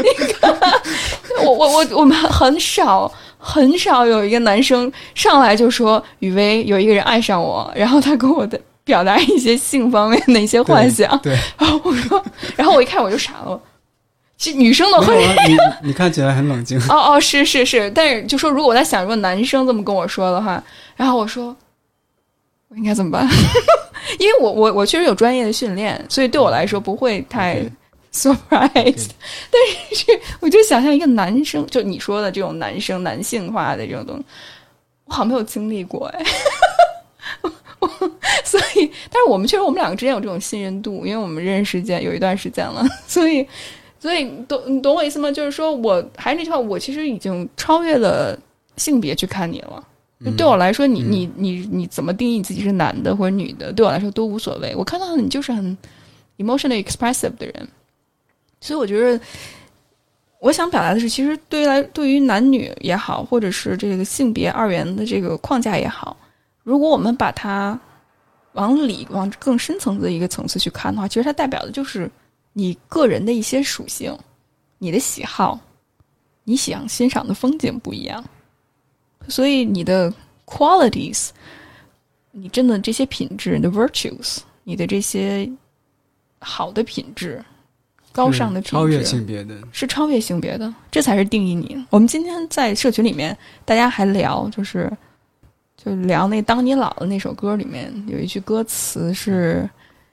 我们很少有一个男生上来就说雨薇有一个人爱上我，然后他跟我的表达一些性方面的一些幻想。 对， 然后我说，然后我一看我就傻了。其实女生的会， 你看起来很冷静。 哦，是，但是就说如果我在想，如果男生这么跟我说的话，然后我说我应该怎么办？因为我确实有专业的训练，所以对我来说不会太 surprised。但是我就想象一个男生，就你说的这种男性化的这种东西，我好像没有经历过哎。所以，但是我们确实我们两个之间有这种信任度，因为我们认识时间有一段时间了，所以你懂我意思吗？就是说我还是那句话，我其实已经超越了性别去看你了。就对我来说，你怎么定义你自己是男的或者女的，对我来说都无所谓。我看到你就是很 emotionally expressive 的人，所以我觉得我想表达的是，其实对于男女也好，或者是这个性别二元的这个框架也好，如果我们把它往更深层次的一个层次去看的话，其实它代表的就是你个人的一些属性，你的喜好，你想欣赏的风景不一样，所以你的 qualities， 你真的这些品质，你的 virtues， 你的这些好的品质， 高尚的品质， 超越性别的， 是超越性别的，这才是定义你。我们今天在社群里面，大家还聊，就聊那当你老了那首歌里面有一句歌词是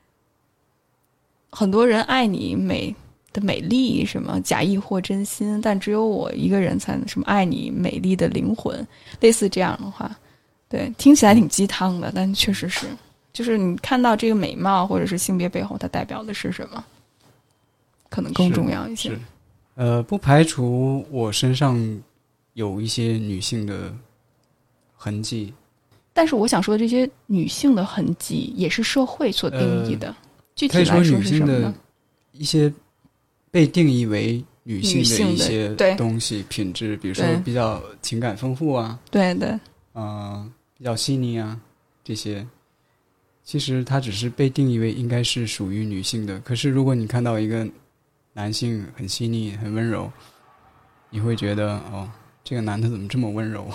很多人爱你美的美丽，什么假意或真心，但只有我一个人才能什么爱你美丽的灵魂，类似这样的话。对，听起来挺鸡汤的，但确实是，就是你看到这个美貌或者是性别背后它代表的是什么，可能更重要一些。 是，不排除我身上有一些女性的痕迹， 但是我想说的这些女性的痕迹也是社会所定义的，具体可以说来说女性的是什么呢？ 一些被定义为女性的一些对东西品质，比如说对比较情感丰富啊， 对对， 比较细腻啊，这些其实它只是被定义为应该是属于女性的。可是如果你看到一个男性很细腻很温柔，你会觉得哦，这个男的怎么这么温柔？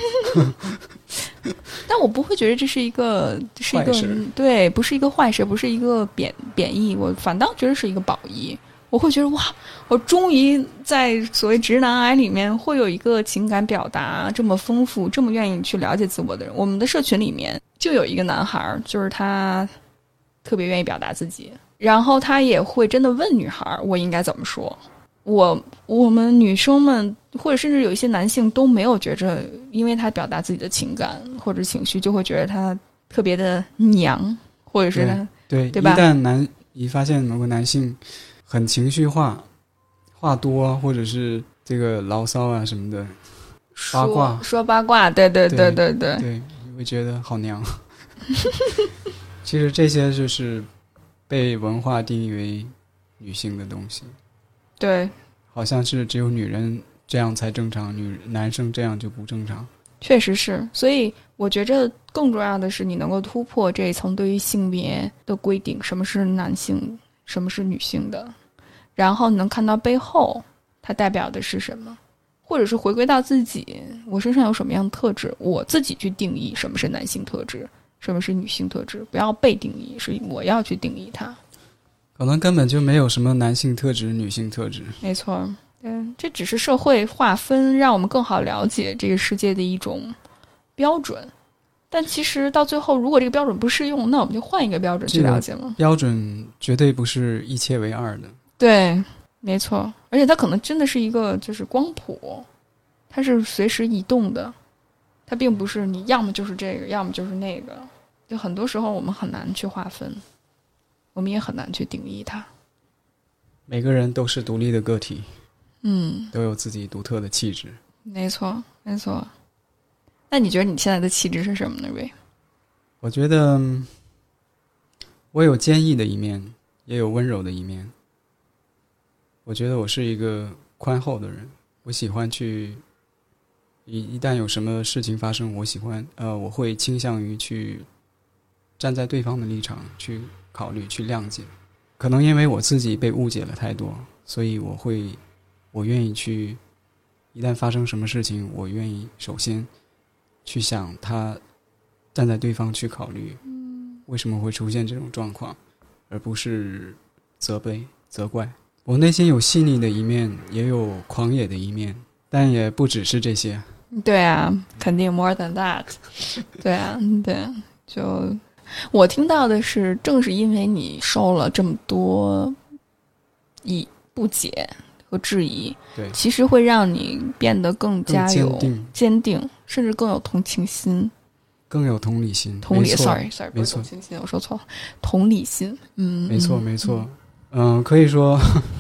但我不会觉得这是一个坏事， 对，不是一个坏事，不是一个贬义，我反倒觉得是一个褒义。我会觉得哇，我终于在所谓直男癌里面会有一个情感表达这么丰富，这么愿意去了解自我的人。我们的社群里面就有一个男孩，就是他特别愿意表达自己，然后他也会真的问女孩我应该怎么说。我们女生们或者甚至有一些男性都没有觉着，因为他表达自己的情感或者情绪，就会觉得他特别的娘，或者是他对对吧？ 一旦一发现某个男性很情绪化、话多，或者是这个牢骚啊什么的，八卦说八卦，对， 对，你会觉得好娘。其实这些就是被文化定义为女性的东西。 对， 好像是只有女人这样才正常，男生这样就不正常。 确实是，所以我觉着更重要的是你能够突破这一层对于性别的规定，什么是男性，什么是女性的，然后你能看到背后它代表的是什么，或者是回归到自己，我身上有什么样的特质，我自己去定义什么是男性特质，什么是女性特质，不要被定义，是我要去定义它。 可能根本就没有什么男性特质、女性特质。 没错，对，这只是社会划分，让我们更好了解这个世界的一种标准。但其实到最后，如果这个标准不适用，那我们就换一个标准去了解了。 标准绝对不是一切为二的。 对，没错，而且它可能真的是一个就是光谱，它是随时移动的，它并不是你要么就是这个，要么就是那个。就很多时候我们很难去划分。我们也很难去定义它。 每个人都是独立的个体， 都有自己独特的气质。 没错，没错。那你觉得你现在的气质是什么呢，瑞？ 我觉得我有坚毅的一面，也有温柔的一面。我觉得我是一个宽厚的人，我喜欢去一旦有什么事情发生，我会倾向于去站在对方的立场去考虑去谅解。可能因为我自己被误解了太多，所以我愿意去，一旦发生什么事情，我愿意首先去想他站在对方去考虑为什么会出现这种状况，而不是责备责怪。我内心有细腻的一面，也有狂野的一面，但也不只是这些。 对啊，肯定 more than that。 对啊，对，就我听到的是，正是因为你受了这么多不解和质疑， 对， 其实会让你变得更加有坚定，甚至更有同情心， 更有同理心。 sorry， 不是同情心，我说错了，同理心。 没错没错。可以说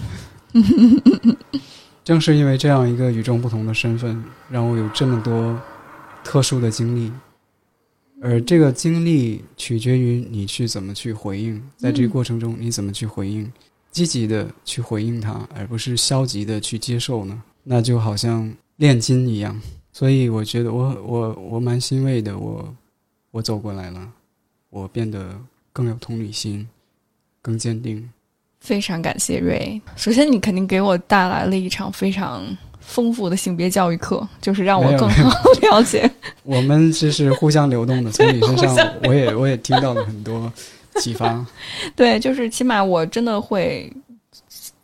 正是因为这样一个与众不同的身份，让我有这么多特殊的经历，而这个经历取决于你去怎么去回应，在这个过程中你怎么去回应，积极的去回应它，而不是消极的去接受呢，那就好像炼金一样。所以我觉得我蛮欣慰的，我走过来了，我变得更有同理心，更坚定。 非常感谢瑞，首先你肯定给我带来了一场非常丰富的性别教育课，就是让我更好了解。 我们这是互相流动的，从你身上我也听到了很多启发。 对，就是起码我真的会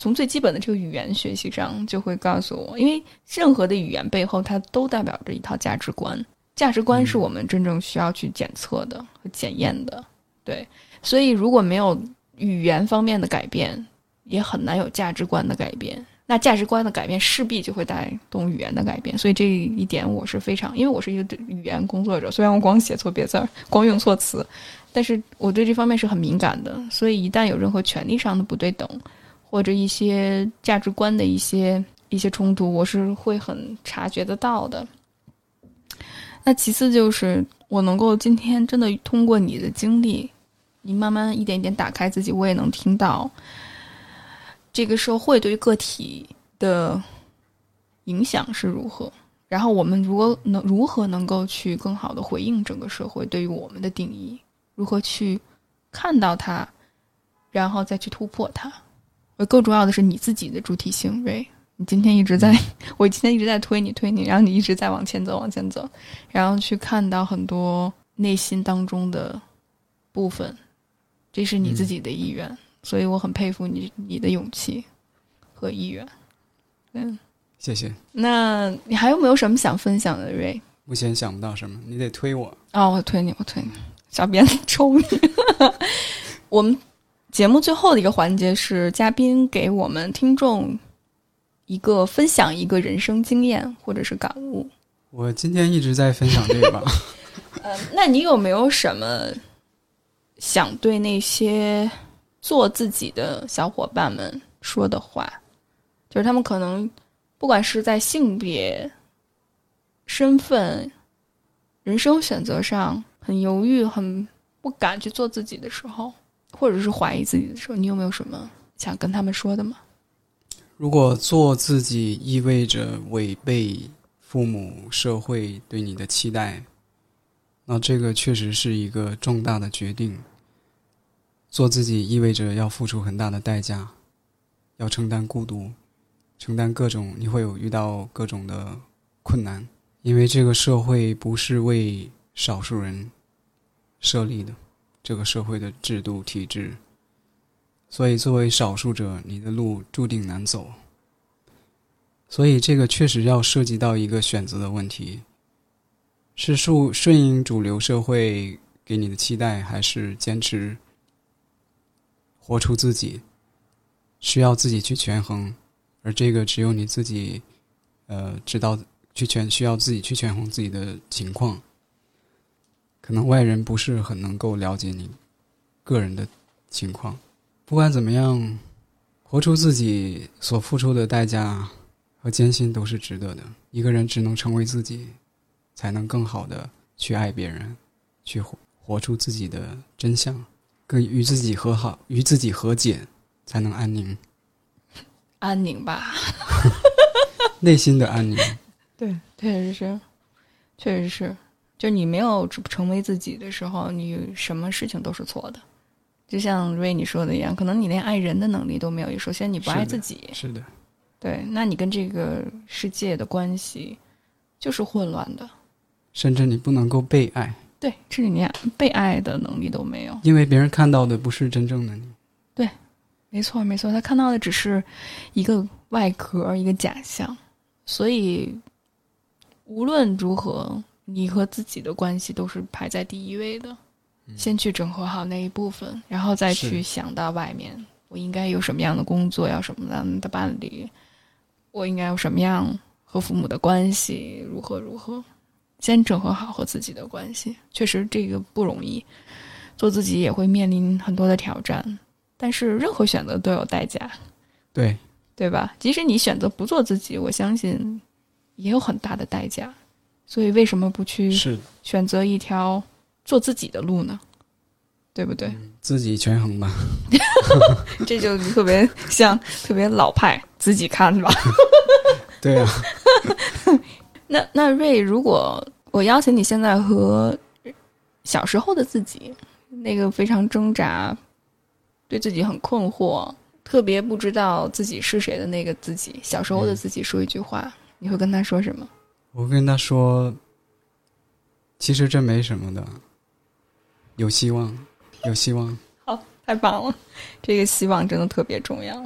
从最基本的这个语言学习上就会告诉我，因为任何的语言背后它都代表着一套价值观，价值观是我们真正需要去检测的和检验的。对，所以如果没有语言方面的改变，也很难有价值观的改变，那价值观的改变势必就会带动语言的改变。所以这一点我是非常，因为我是一个语言工作者，虽然我光写错别字儿，光用错词，但是我对这方面是很敏感的。所以一旦有任何权利上的不对等，或者一些价值观的一些冲突，我是会很察觉得到的。那其次就是我能够今天真的通过你的经历，你慢慢一点一点打开自己，我也能听到这个社会对于个体的影响是如何，然后我们如何能够去更好的回应整个社会对于我们的定义，如何去看到它，然后再去突破它。更重要的是你自己的主体性，瑞，你今天一直在，我今天一直在推你，然后你一直在往前走，然后去看到很多内心当中的部分，这是你自己的意愿，所以我很佩服你的勇气和意愿。 谢谢。 那你还有没有什么想分享的，瑞？ 目前想不到什么，你得推我。 我推你，小编抽你。我们节目最后的一个环节是嘉宾给我们听众分享一个人生经验或者是感悟。 我今天一直在分享这个吧。 那你有没有什么想对那些做自己的小伙伴们说的话？就是他们可能不管是在性别、身份、人生选择上很犹豫、很不敢去做自己的时候，或者是怀疑自己的时候，你有没有什么想跟他们说的吗？ 如果做自己意味着违背父母、社会对你的期待，那这个确实是一个重大的决定。做自己意味着要付出很大的代价，要承担孤独，承担你会遇到各种的困难，因为这个社会不是为少数人设立的，这个社会的制度体制，所以作为少数者，你的路注定难走。所以这个确实要涉及到一个选择的问题，是顺应主流社会给你的期待，还是坚持活出自己，需要自己去权衡，而这个只有你自己知道需要自己去权衡自己的情况，可能外人不是很能够了解你个人的情况。不管怎么样，活出自己所付出的代价和艰辛都是值得的。一个人只能成为自己，才能更好的去爱别人，去活出自己的真相，跟与自己和好，与自己和解，才能安宁。 安宁吧。 内心的安宁。 对，确实是，就你没有成为自己的时候，你什么事情都是错的。就像瑞你说的一样，可能你连爱人的能力都没有，首先你不爱自己。 是的。 对，那你跟这个世界的关系就是混乱的， 甚至你不能够被爱。 对，甚至你连被爱的能力都没有， 因为别人看到的不是真正的你。 对，没错，他看到的只是一个外壳，一个假象。所以无论如何，你和自己的关系都是排在第一位的。先去整合好那一部分，然后再去想到外面我应该有什么样的工作，要什么样的伴侣，我应该有什么样和父母的关系，如何先整合好和自己的关系。确实这个不容易，做自己也会面临很多的挑战，但是任何选择都有代价。对吧？即使你选择不做自己，我相信也有很大的代价。所以为什么不去选择一条做自己的路呢？对不对？ 自己权衡吧。 这就特别老派，自己看吧。 对啊。 那瑞，如果我邀请你现在和小时候的自己，那个非常挣扎，对自己很困惑，特别不知道自己是谁的那个自己，小时候的自己说一句话，你会跟他说什么？ 我跟他说，其实这没什么的，有希望。好， 太棒了，这个希望真的特别重要。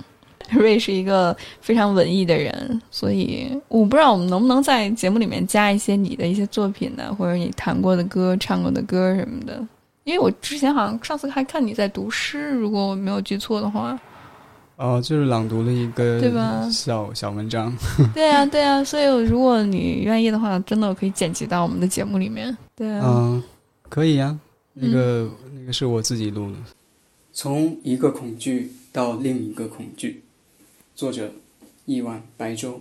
瑞是一个非常文艺的人，所以我不知道我们能不能在节目里面加一些你的一些作品呢，或者你弹过的歌、唱过的歌什么的。因为我之前好像上次还看你在读诗，如果我没有记错的话。 就是朗读了一个对吧小文章。 对啊对啊，所以如果你愿意的话，真的可以剪辑到我们的节目里面。对啊， 可以啊，那个是我自己录的。从一个恐惧到另一个恐惧，作者亿万白粥。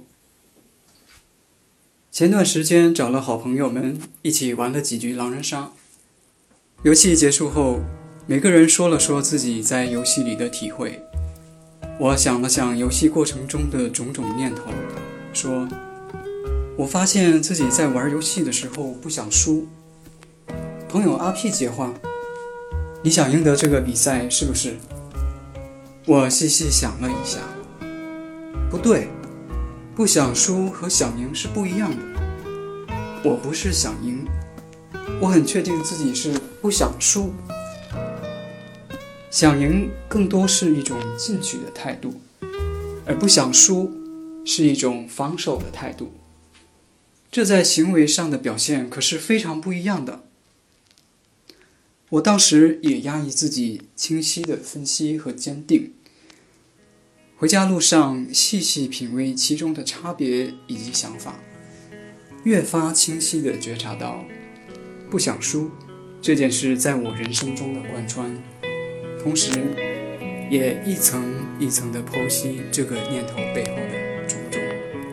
前段时间找了好朋友们一起玩了几局狼人杀，游戏结束后，每个人说了说自己在游戏里的体会。我想了想游戏过程中的种种念头，说我发现自己在玩游戏的时候不想输。朋友阿 P 接话，你想赢得这个比赛是不是？我细细想了一下，不对，不想输和想赢是不一样的。我不是想赢，我很确定自己是不想输。想赢更多是一种进取的态度，而不想输是一种防守的态度。这在行为上的表现可是非常不一样的。我当时也压抑自己清晰的分析和坚定，回家路上细细品味其中的差别以及想法，越发清晰地觉察到不想输这件事在我人生中的贯穿，同时也一层一层地剖析这个念头背后的种种。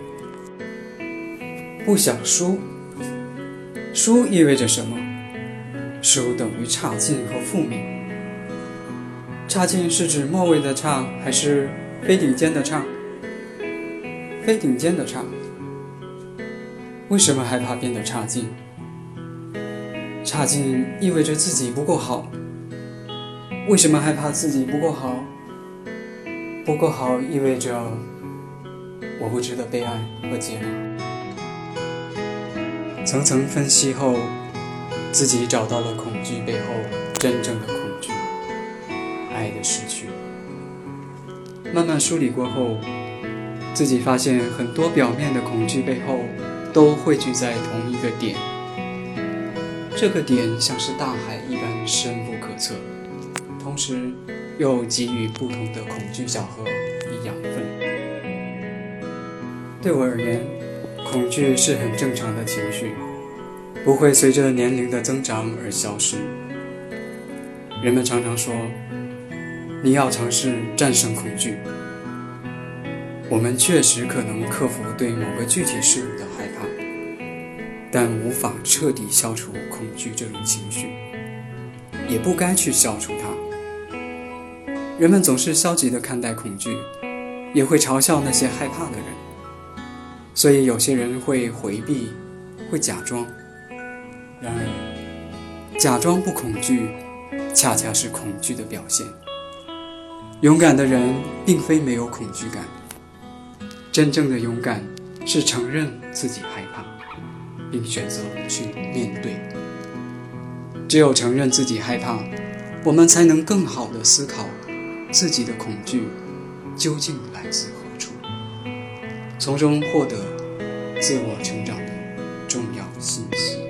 不想输，输意味着什么？输等于差劲和负面。差劲是指末位的差，还是非顶尖的差？非顶尖的差。为什么害怕变得差劲？差劲意味着自己不够好。为什么害怕自己不够好？不够好意味着我不值得被爱和接纳。层层分析后，自己找到了恐惧背后真正的恐惧，爱的失去。慢慢梳理过后，自己发现很多表面的恐惧背后都汇聚在同一个点，这个点像是大海一般深不可测，同时又给予不同的恐惧小河以养分。对我而言，恐惧是很正常的情绪，不会随着年龄的增长而消失。人们常常说，你要尝试战胜恐惧。我们确实可能克服对某个具体事物的害怕，但无法彻底消除恐惧这种情绪，也不该去消除它。人们总是消极地看待恐惧，也会嘲笑那些害怕的人，所以有些人会回避，会假装。然而，假装不恐惧，恰恰是恐惧的表现。勇敢的人并非没有恐惧感，真正的勇敢是承认自己害怕，并选择去面对。只有承认自己害怕，我们才能更好地思考自己的恐惧究竟来自何处，从中获得自我成长的重要信息。